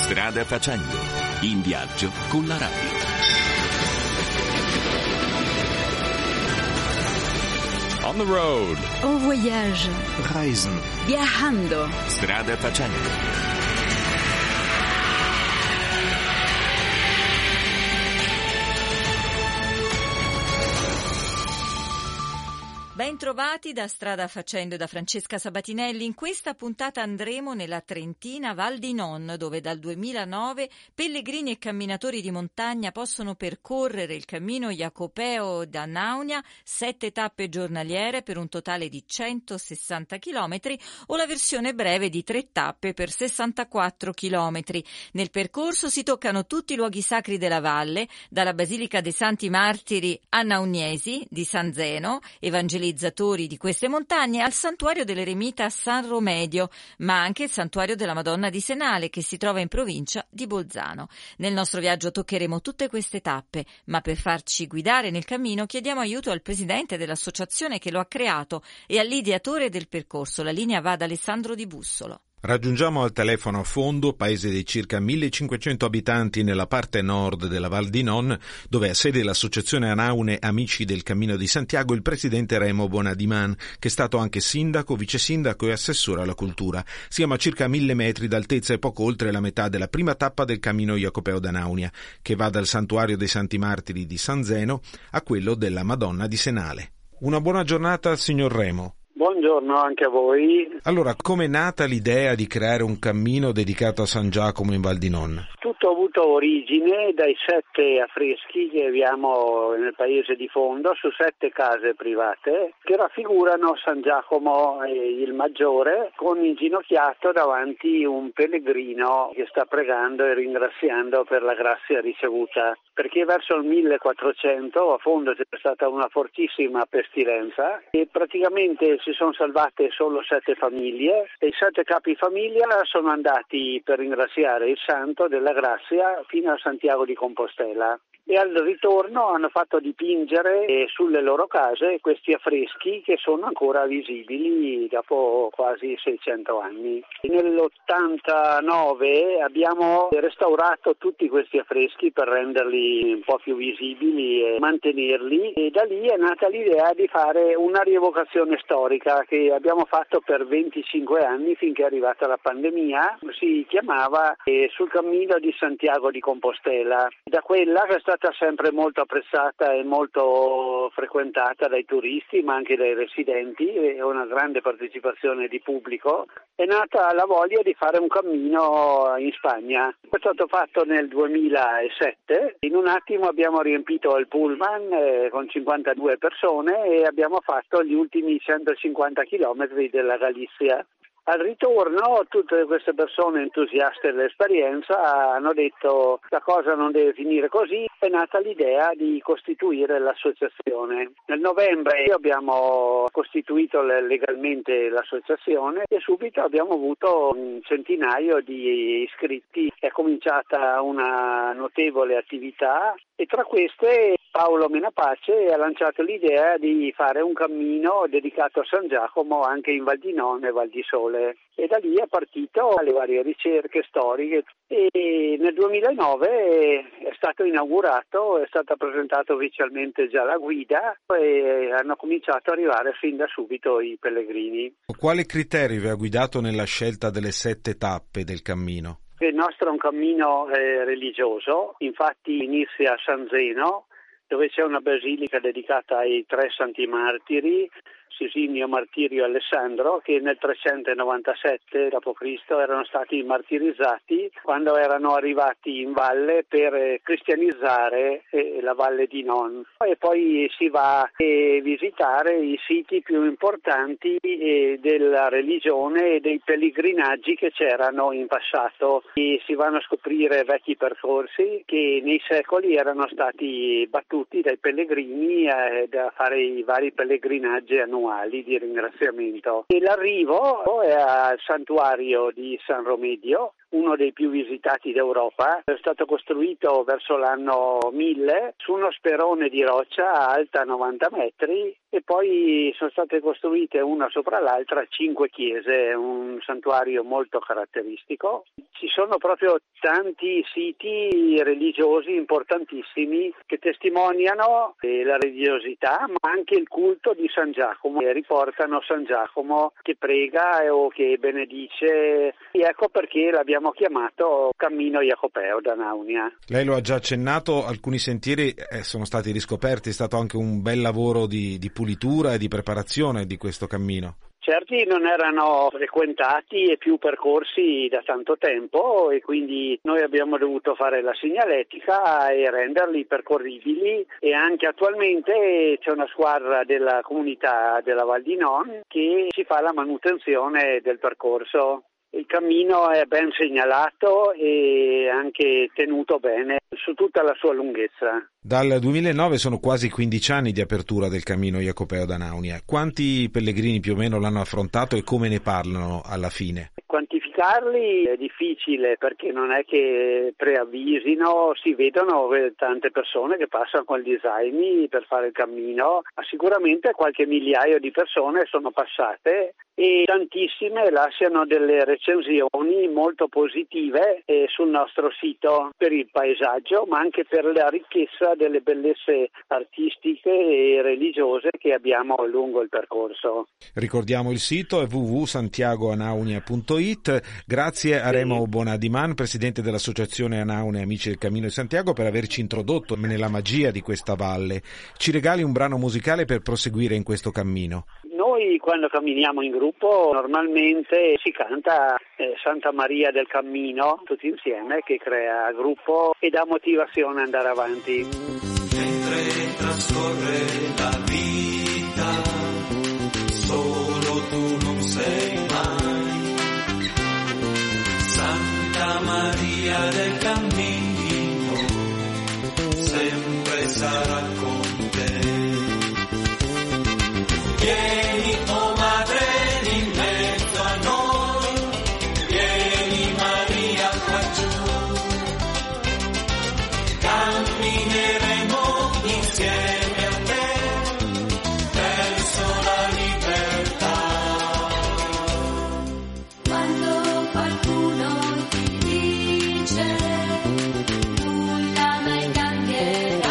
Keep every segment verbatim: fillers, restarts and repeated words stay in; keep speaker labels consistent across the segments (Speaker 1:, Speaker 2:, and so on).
Speaker 1: Strada facendo, in viaggio con la radio. On the road.
Speaker 2: Au voyage.
Speaker 3: Reisen.
Speaker 2: Viajando.
Speaker 1: Strada facendo.
Speaker 2: Bentrovati da Strada Facendo e da Francesca Sabatinelli. In questa puntata andremo nella trentina Val di Non, dove dal duemilanove pellegrini e camminatori di montagna possono percorrere il cammino Jacopeo da Naunia, sette tappe giornaliere per un totale di centosessanta chilometri, o la versione breve di tre tappe per sessantaquattro chilometri. Nel percorso si toccano tutti i luoghi sacri della valle, dalla Basilica dei Santi Martiri a Nauniesi di San Zeno, evangelizzatori di queste montagne, al santuario dell'eremita San Romedio, ma anche il santuario della Madonna di Senale, che si trova in provincia di Bolzano. Nel nostro viaggio toccheremo tutte queste tappe, ma per farci guidare nel cammino chiediamo aiuto al presidente dell'associazione che lo ha creato e all'ideatore del percorso. La linea va ad Alessandro Di Bussolo.
Speaker 3: Raggiungiamo al telefono a Fondo, paese di circa millecinquecento abitanti nella parte nord della Val di Non, dove ha sede l'associazione Anaune Amici del Cammino di Santiago, il presidente Remo Bonadiman, che è stato anche sindaco, vice sindaco e assessore alla cultura. Siamo a circa mille metri d'altezza e poco oltre la metà della prima tappa del cammino Jacopeo da Naunia, che va dal santuario dei Santi Martiri di San Zeno a quello della Madonna di Senale. Una buona giornata al signor Remo.
Speaker 4: Buongiorno anche a voi.
Speaker 3: Allora, com'è nata l'idea di creare un cammino dedicato a San Giacomo in Val di Non?
Speaker 4: Tutto ha avuto origine dai sette affreschi che abbiamo nel paese di Fondo su sette case private che raffigurano San Giacomo il Maggiore con inginocchiato davanti un pellegrino che sta pregando e ringraziando per la grazia ricevuta. Perché verso il millequattrocento a Fondo c'è stata una fortissima pestilenza e praticamente si sono salvate solo sette famiglie e i sette capi famiglia sono andati per ringraziare il santo della grazia fino a Santiago di Compostela. E al ritorno hanno fatto dipingere sulle loro case questi affreschi che sono ancora visibili dopo quasi seicento anni. Nell'ottantanove abbiamo restaurato tutti questi affreschi per renderli un po' più visibili e mantenerli, e da lì è nata l'idea di fare una rievocazione storica che abbiamo fatto per venticinque anni finché è arrivata la pandemia. Si chiamava eh, Sul cammino di Santiago di Compostela. Da quella che è stata sempre molto apprezzata e molto frequentata dai turisti ma anche dai residenti e una grande partecipazione di pubblico, è nata la voglia di fare un cammino in Spagna. È stato fatto nel duemilasette, in un attimo abbiamo riempito il pullman eh, con cinquantadue persone e abbiamo fatto gli ultimi centocinquanta chilometri della Galizia. Al ritorno tutte queste persone entusiaste dell'esperienza hanno detto la cosa non deve finire così, è nata l'idea di costituire l'associazione. Nel novembre abbiamo costituito legalmente l'associazione e subito abbiamo avuto un centinaio di iscritti. È cominciata una notevole attività e tra queste Paolo Menapace ha lanciato l'idea di fare un cammino dedicato a San Giacomo anche in Val di Non e Val di Sole. E da lì è partito alle varie ricerche storiche e nel duemilanove è stato inaugurato, è stata presentata ufficialmente già la guida e hanno cominciato ad arrivare fin da subito i pellegrini.
Speaker 3: Quale criterio vi ha guidato nella scelta delle sette tappe del cammino?
Speaker 4: Il nostro è un cammino eh, religioso, infatti inizia a San Zeno, dove c'è una basilica dedicata ai tre santi martiri, Sisinio, Martirio e Alessandro, che nel trecentonovantasette dopo Cristo erano stati martirizzati quando erano arrivati in valle per cristianizzare la Valle di Non. E poi si va a visitare i siti più importanti della religione e dei pellegrinaggi che c'erano in passato e si vanno a scoprire vecchi percorsi che nei secoli erano stati battuti dai pellegrini da fare i vari pellegrinaggi annuali di ringraziamento. E l'arrivo è al santuario di San Romedio, uno dei più visitati d'Europa. È stato costruito verso l'anno mille su uno sperone di roccia alta novanta metri e poi sono state costruite una sopra l'altra cinque chiese, un santuario molto caratteristico. Ci sono proprio tanti siti religiosi importantissimi che testimoniano la religiosità ma anche il culto di San Giacomo, e riportano San Giacomo che prega o che benedice, e ecco perché l'abbiamo chiamato Cammino Jacopeo da Naunia.
Speaker 3: Lei lo ha già accennato, alcuni sentieri eh, sono stati riscoperti, è stato anche un bel lavoro di, di pulitura e di preparazione di questo cammino.
Speaker 4: Certi non erano frequentati e più percorsi da tanto tempo, e quindi noi abbiamo dovuto fare la segnaletica e renderli percorribili, e anche attualmente c'è una squadra della comunità della Val di Non che si fa la manutenzione del percorso. Il cammino è ben segnalato e anche tenuto bene su tutta la sua lunghezza.
Speaker 3: Dal duemilanove sono quasi quindici anni di apertura del Cammino Jacopeo da Naunia. Quanti pellegrini più o meno l'hanno affrontato e come ne parlano alla fine?
Speaker 4: Quantificarli è difficile perché non è che preavvisino, si vedono tante persone che passano con gli zaini per fare il cammino, ma sicuramente qualche migliaio di persone sono passate e tantissime lasciano delle recensioni molto positive sul nostro sito per il paesaggio, ma anche per la ricchezza delle bellezze artistiche e religiose che abbiamo lungo il percorso.
Speaker 3: Ricordiamo il sito è w w w punto santiago anaunia punto it. Grazie a Remo Bonadiman, presidente dell'associazione Anaunia Amici del Cammino di Santiago, per averci introdotto nella magia di questa valle. Ci regali un brano musicale per proseguire in questo cammino?
Speaker 4: Noi quando camminiamo in gruppo normalmente si canta eh, Santa Maria del Cammino tutti insieme, che crea gruppo e dà motivazione ad andare avanti.
Speaker 5: Mentre trascorre la vita, solo tu non sei mai. Santa Maria del Cammino, sempre sarà con te. Vieni, oh Madre, in mezzo a noi, vieni Maria qua giù, cammineremo insieme a te, verso la libertà.
Speaker 6: Quando qualcuno ti dice nulla mai cambierà,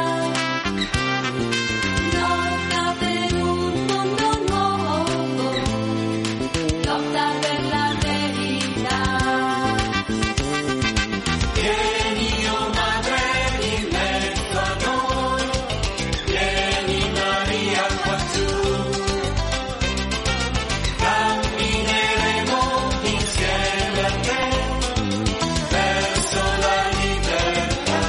Speaker 6: lotta per un mondo nuovo, lotta per la verità.
Speaker 5: Vieni, oh Madre, in mezzo a noi, vieni Maria qua giù, cammineremo insieme a te, verso la libertà.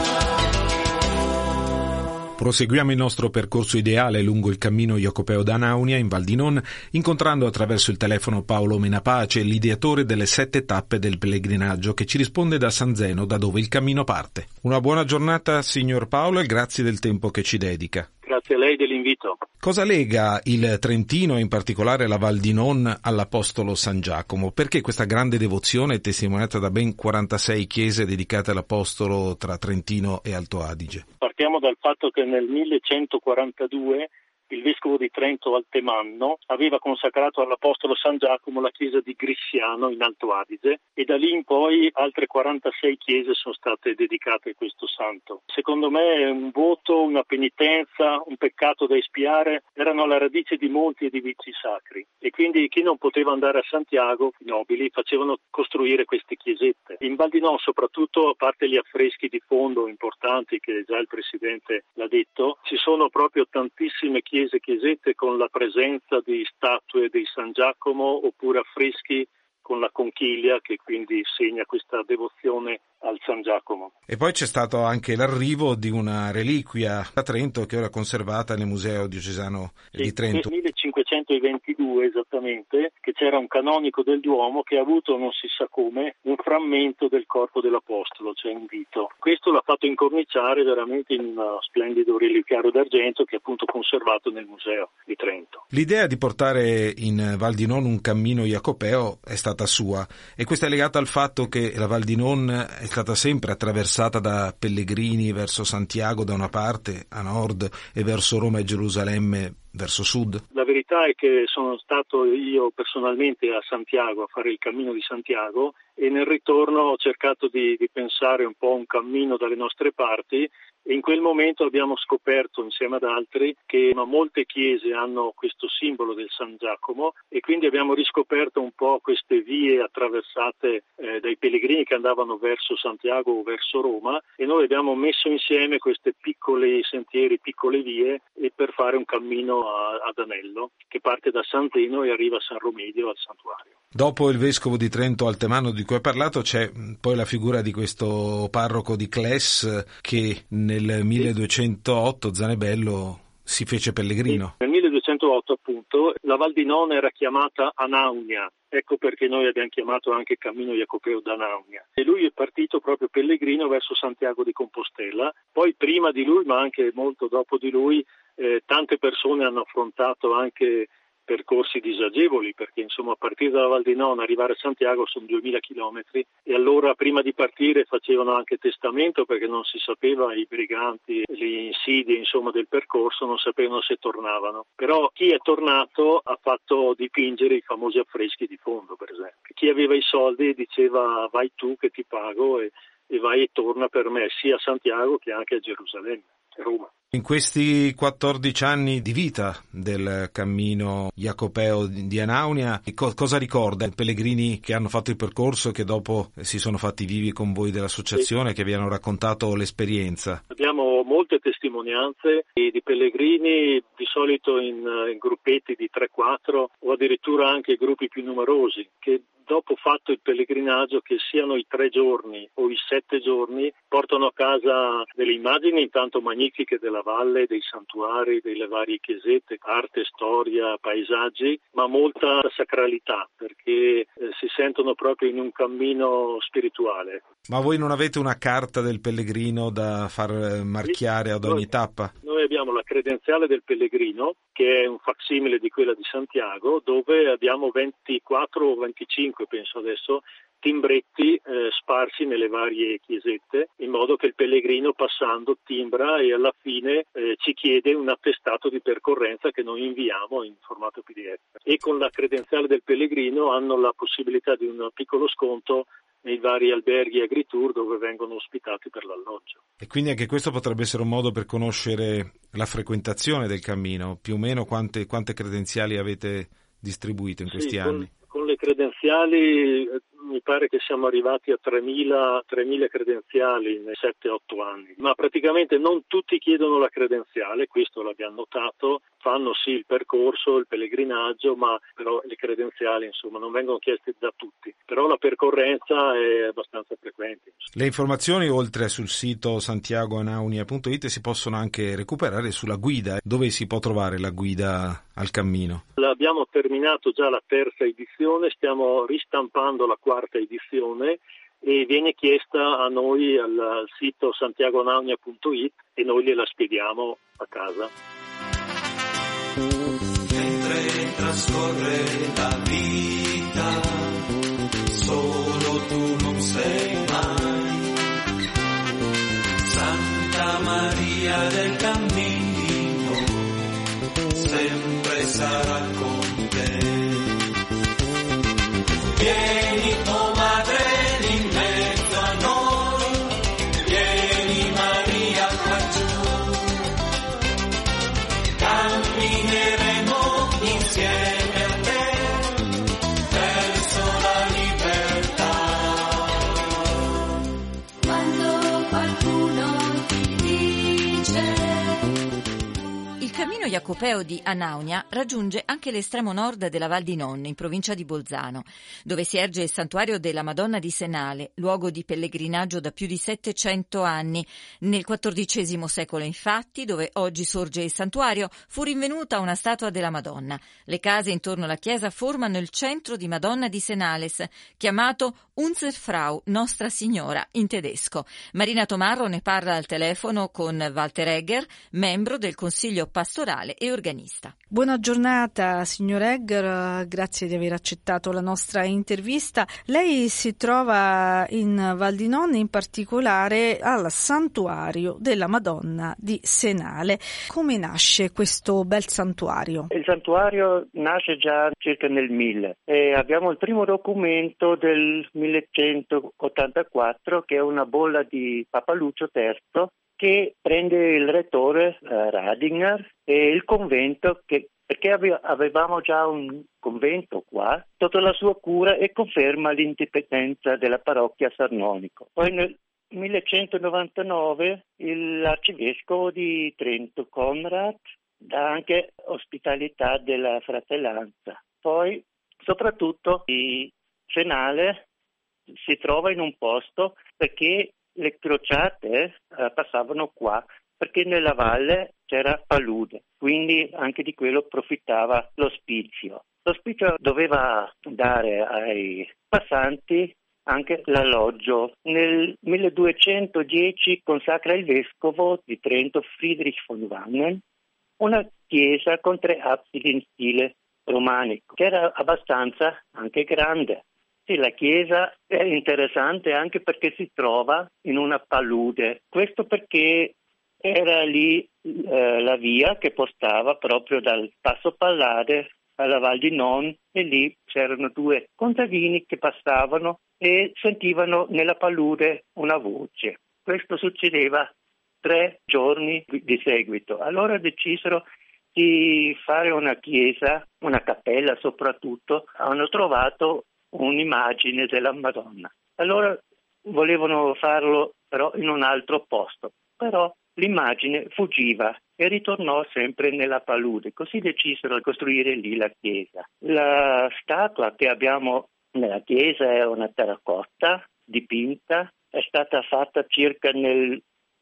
Speaker 3: Proseguiamo il nostro percorso ideale lungo il Cammino Jacopeo da Naunia in Val di Non, incontrando attraverso il telefono Paolo Menapace, l'ideatore delle sette tappe del pellegrinaggio, che ci risponde da San Zeno, da dove il cammino parte. Una buona giornata, signor Paolo, e grazie del tempo che ci dedica.
Speaker 7: Grazie a lei dell'invito.
Speaker 3: Cosa lega il Trentino, in particolare la Val di Non, all'Apostolo San Giacomo? Perché questa grande devozione è testimoniata da ben quarantasei chiese dedicate all'Apostolo tra Trentino e Alto Adige?
Speaker 7: Partiamo dal fatto che nel millecentoquarantadue il vescovo di Trento Altemanno aveva consacrato all'Apostolo San Giacomo la chiesa di Grissiano in Alto Adige, e da lì in poi altre quarantasei chiese sono state dedicate a questo santo. Secondo me è un voto, una penitenza, un peccato da espiare, erano alla radice di molti edifici sacri, e quindi chi non poteva andare a Santiago, i nobili, facevano costruire queste chiesette. In Val di Non soprattutto, a parte gli affreschi di fondo importanti che già il Presidente l'ha detto, ci sono proprio tantissime chiese chiese, chiesette con la presenza di statue di San Giacomo, oppure affreschi con la conchiglia, che quindi segna questa devozione al San Giacomo.
Speaker 3: E poi c'è stato anche l'arrivo di una reliquia a Trento che ora è conservata nel Museo Diocesano di Trento.
Speaker 7: Nel millecinquecentoventidue esattamente, che c'era un canonico del Duomo che ha avuto, non si sa come, un frammento del corpo dell'Apostolo, cioè un dito. Questo l'ha fatto incorniciare veramente in un splendido reliquiario d'argento che è appunto conservato nel Museo di Trento.
Speaker 3: L'idea di portare in Val di Non un cammino jacopeo è stata sua, e questo è legato al fatto che la Val di Non è stata sempre attraversata da pellegrini verso Santiago da una parte a nord e verso Roma e Gerusalemme verso sud.
Speaker 7: La verità è che sono stato io personalmente a Santiago a fare il cammino di Santiago e nel ritorno ho cercato di, di pensare un po' a un cammino dalle nostre parti, e in quel momento abbiamo scoperto insieme ad altri che molte chiese hanno questo simbolo del San Giacomo, e quindi abbiamo riscoperto un po' queste vie attraversate eh, dai pellegrini che andavano verso Santiago o verso Roma, e noi abbiamo messo insieme questi piccoli sentieri, piccole vie, e per fare un cammino a, ad anello che parte da Sant'Eno e arriva a San Romedio al santuario.
Speaker 3: Dopo il vescovo di Trento Altemano di cui ho parlato c'è poi la figura di questo parroco di Cles che nel milleduecentootto Zanebello si fece pellegrino.
Speaker 7: Nel milleduecentootto appunto la Val di Non era chiamata Anaunia, ecco perché noi abbiamo chiamato anche Cammino Jacopeo d'Anaunia, e lui è partito proprio pellegrino verso Santiago di Compostela. Poi prima di lui, ma anche molto dopo di lui, eh, tante persone hanno affrontato anche percorsi disagevoli, perché insomma a partire dalla Val di Non arrivare a Santiago sono duemila chilometri, e allora prima di partire facevano anche testamento perché non si sapeva, i briganti, le insidie insomma del percorso, non sapevano se tornavano. Però chi è tornato ha fatto dipingere i famosi affreschi di fondo, per esempio. Chi aveva i soldi diceva vai tu che ti pago, e, e vai e torna per me sia a Santiago che anche a Gerusalemme, Roma.
Speaker 3: In questi quattordici anni di vita del cammino jacopeo di Anaunia, cosa ricorda i pellegrini che hanno fatto il percorso e che dopo si sono fatti vivi con voi dell'associazione, che vi hanno raccontato l'esperienza?
Speaker 7: Abbiamo molte testimonianze di pellegrini, di solito in, in gruppetti di tre quattro o addirittura anche gruppi più numerosi, che dopo fatto il pellegrinaggio, che siano i tre giorni o i sette giorni, portano a casa delle immagini intanto magnifiche della valle, dei santuari, delle varie chiesette, arte, storia, paesaggi, ma molta sacralità, perché eh, si sentono proprio in un cammino spirituale.
Speaker 3: Ma voi non avete una carta del pellegrino da far marchiare ad ogni
Speaker 7: noi,
Speaker 3: tappa?
Speaker 7: Noi abbiamo la credenziale del pellegrino, che è un facsimile di quella di Santiago, dove abbiamo ventiquattro o venticinque, penso adesso, timbretti eh, sparsi nelle varie chiesette, in modo che il pellegrino passando timbra e alla fine eh, ci chiede un attestato di percorrenza che noi inviamo in formato P D F. E con la credenziale del pellegrino hanno la possibilità di un piccolo sconto nei vari alberghi e agritour dove vengono ospitati per l'alloggio.
Speaker 3: E quindi anche questo potrebbe essere un modo per conoscere la frequentazione del cammino, più o meno quante, quante credenziali avete distribuito in questi
Speaker 7: sì,
Speaker 3: anni?
Speaker 7: Con, con le credenziali eh, mi pare che siamo arrivati a tremila credenziali nei sette otto anni, ma praticamente non tutti chiedono la credenziale, questo l'abbiamo notato, fanno sì il percorso, il pellegrinaggio, ma però le credenziali insomma non vengono chieste da tutti, però la percorrenza è abbastanza frequente.
Speaker 3: Le informazioni oltre sul sito santiagoanaunia punto it si possono anche recuperare sulla guida. Dove si può trovare la guida al cammino?
Speaker 7: Abbiamo terminato già la terza edizione, stiamo ristampando la quarta edizione e viene chiesta a noi al, al sito santiagoanaunia punto it e noi gliela spediamo a casa.
Speaker 5: Mentre trascorre la vita, solo tu non sei mai. Santa Maria del Cammino, sempre sarà con te. Vieni, oh Madre, in mezzo a noi, vieni Maria qua giù, cammineremo insieme a te verso la libertà.
Speaker 6: Quando qualcuno ti dice
Speaker 2: Il cammino cammino jacopeo di Anaunia raggiunge anche l'estremo nord della Val di Non, in provincia di Bolzano, dove si erge il santuario della Madonna di Senale, luogo di pellegrinaggio da più di settecento anni. Nel quattordicesimo secolo, infatti, dove oggi sorge il santuario, fu rinvenuta una statua della Madonna. Le case intorno alla chiesa formano il centro di Madonna di Senales, chiamato Unsere Frau, Nostra Signora, in tedesco. Marina Tomarro ne parla al telefono con Walter Egger, membro del Consiglio pastorale e organista.
Speaker 8: Buona giornata, signor Egger, grazie di aver accettato la nostra intervista. Lei si trova in Val di Non, in particolare al santuario della Madonna di Senale. Come nasce questo bel santuario?
Speaker 9: Il santuario nasce già circa nel mille e abbiamo il primo documento del millecentottantaquattro, che è una bolla di Papa Lucio terzo, che prende il rettore eh, Radinger e il convento, che, perché ave, avevamo già un convento qua, sotto la sua cura, e conferma l'indipendenza della parrocchia Sarnonico. Poi nel millecentonovantanove l'arcivescovo di Trento, Conrad, dà anche ospitalità della fratellanza. Poi, soprattutto, il Senale si trova in un posto perché le crociate eh, passavano qua, perché nella valle c'era palude, quindi anche di quello approfittava l'ospizio. L'ospizio doveva dare ai passanti anche l'alloggio. Nel milleduecentodieci consacra il vescovo di Trento, Friedrich von Wannen, una chiesa con tre absidi in stile romanico, che era abbastanza anche grande. Sì, la chiesa è interessante anche perché si trova in una palude. Questo perché era lì eh, la via che portava proprio dal Passo Pallade alla Val di Non, e lì c'erano due contadini che passavano e sentivano nella palude una voce. Questo succedeva tre giorni di seguito. Allora decisero di fare una chiesa, una cappella soprattutto. Hanno trovato un'immagine della Madonna. Allora volevano farlo però in un altro posto, però l'immagine fuggiva e ritornò sempre nella palude, così decisero di costruire lì la chiesa. La statua che abbiamo nella chiesa è una terracotta dipinta, è stata fatta circa nel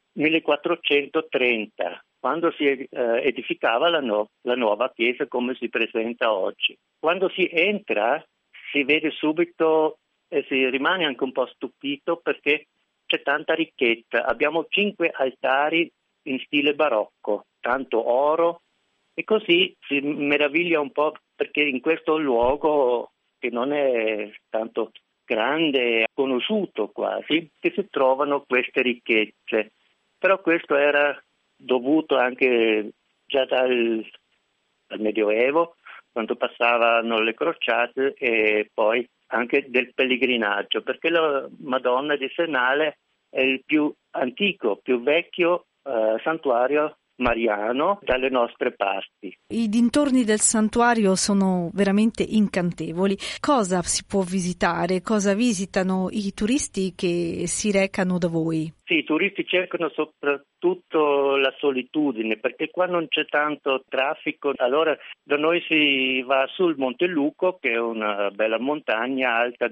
Speaker 9: millequattrocentotrenta, quando si eh, edificava la, no- la nuova chiesa come si presenta oggi. Quando si entra si vede subito e si rimane anche un po' stupito perché c'è tanta ricchezza. Abbiamo cinque altari in stile barocco, tanto oro, e così si meraviglia un po' perché in questo luogo, che non è tanto grande, conosciuto quasi, che si trovano queste ricchezze. Però questo era dovuto anche già dal, dal Medioevo, quando passavano le crociate, e poi anche del pellegrinaggio, perché la Madonna di Senale è il più antico, più vecchio eh, santuario mariano dalle nostre parti.
Speaker 8: I dintorni del santuario sono veramente incantevoli. Cosa si può visitare? Cosa visitano i turisti che si recano da voi?
Speaker 9: Sì, i turisti cercano soprattutto la solitudine, perché qua non c'è tanto traffico. Allora da noi si va sul Monte Luco, che è una bella montagna alta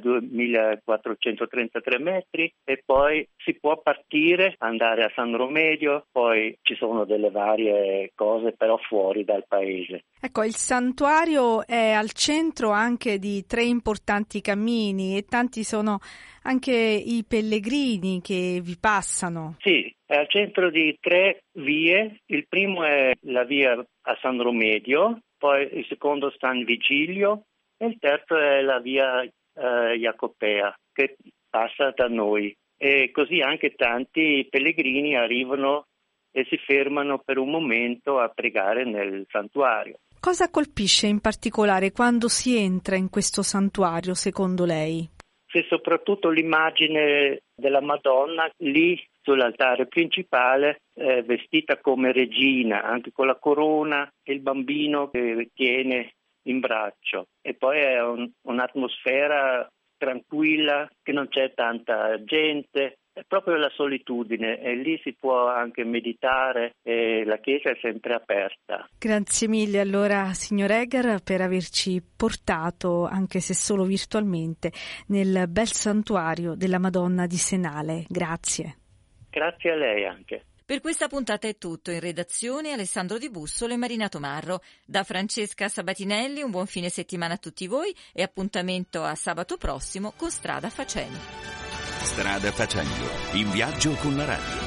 Speaker 9: duemilaquattrocentotrentatré metri, e poi si può partire, andare a San Romedio, poi ci sono delle varie cose però fuori dal paese.
Speaker 8: Ecco, il santuario è al centro anche di tre importanti cammini e tanti sono anche i pellegrini che vi passano.
Speaker 9: Sì, è al centro di tre vie. Il primo è la via a San Romedio, poi il secondo San Vigilio e il terzo è la via eh, Jacopea che passa da noi. E così anche tanti pellegrini arrivano e si fermano per un momento a pregare nel santuario.
Speaker 8: Cosa colpisce in particolare quando si entra in questo santuario, secondo lei?
Speaker 9: C'è soprattutto l'immagine della Madonna lì sull'altare principale, eh, vestita come regina, anche con la corona e il bambino che tiene in braccio. E poi è un, un'atmosfera tranquilla, che non c'è tanta gente, è proprio la solitudine, e lì si può anche meditare e la chiesa è sempre aperta.
Speaker 8: Grazie mille allora signor Egger per averci portato, anche se solo virtualmente, nel bel santuario della Madonna di Senale. Grazie.
Speaker 9: Grazie a lei anche.
Speaker 2: Per questa puntata è tutto. In redazione Alessandro Di Bussolo e Marina Tomarro. Da Francesca Sabatinelli un buon fine settimana a tutti voi e appuntamento a sabato prossimo con Strada Facendo.
Speaker 1: Strada Facendo, in viaggio con la radio.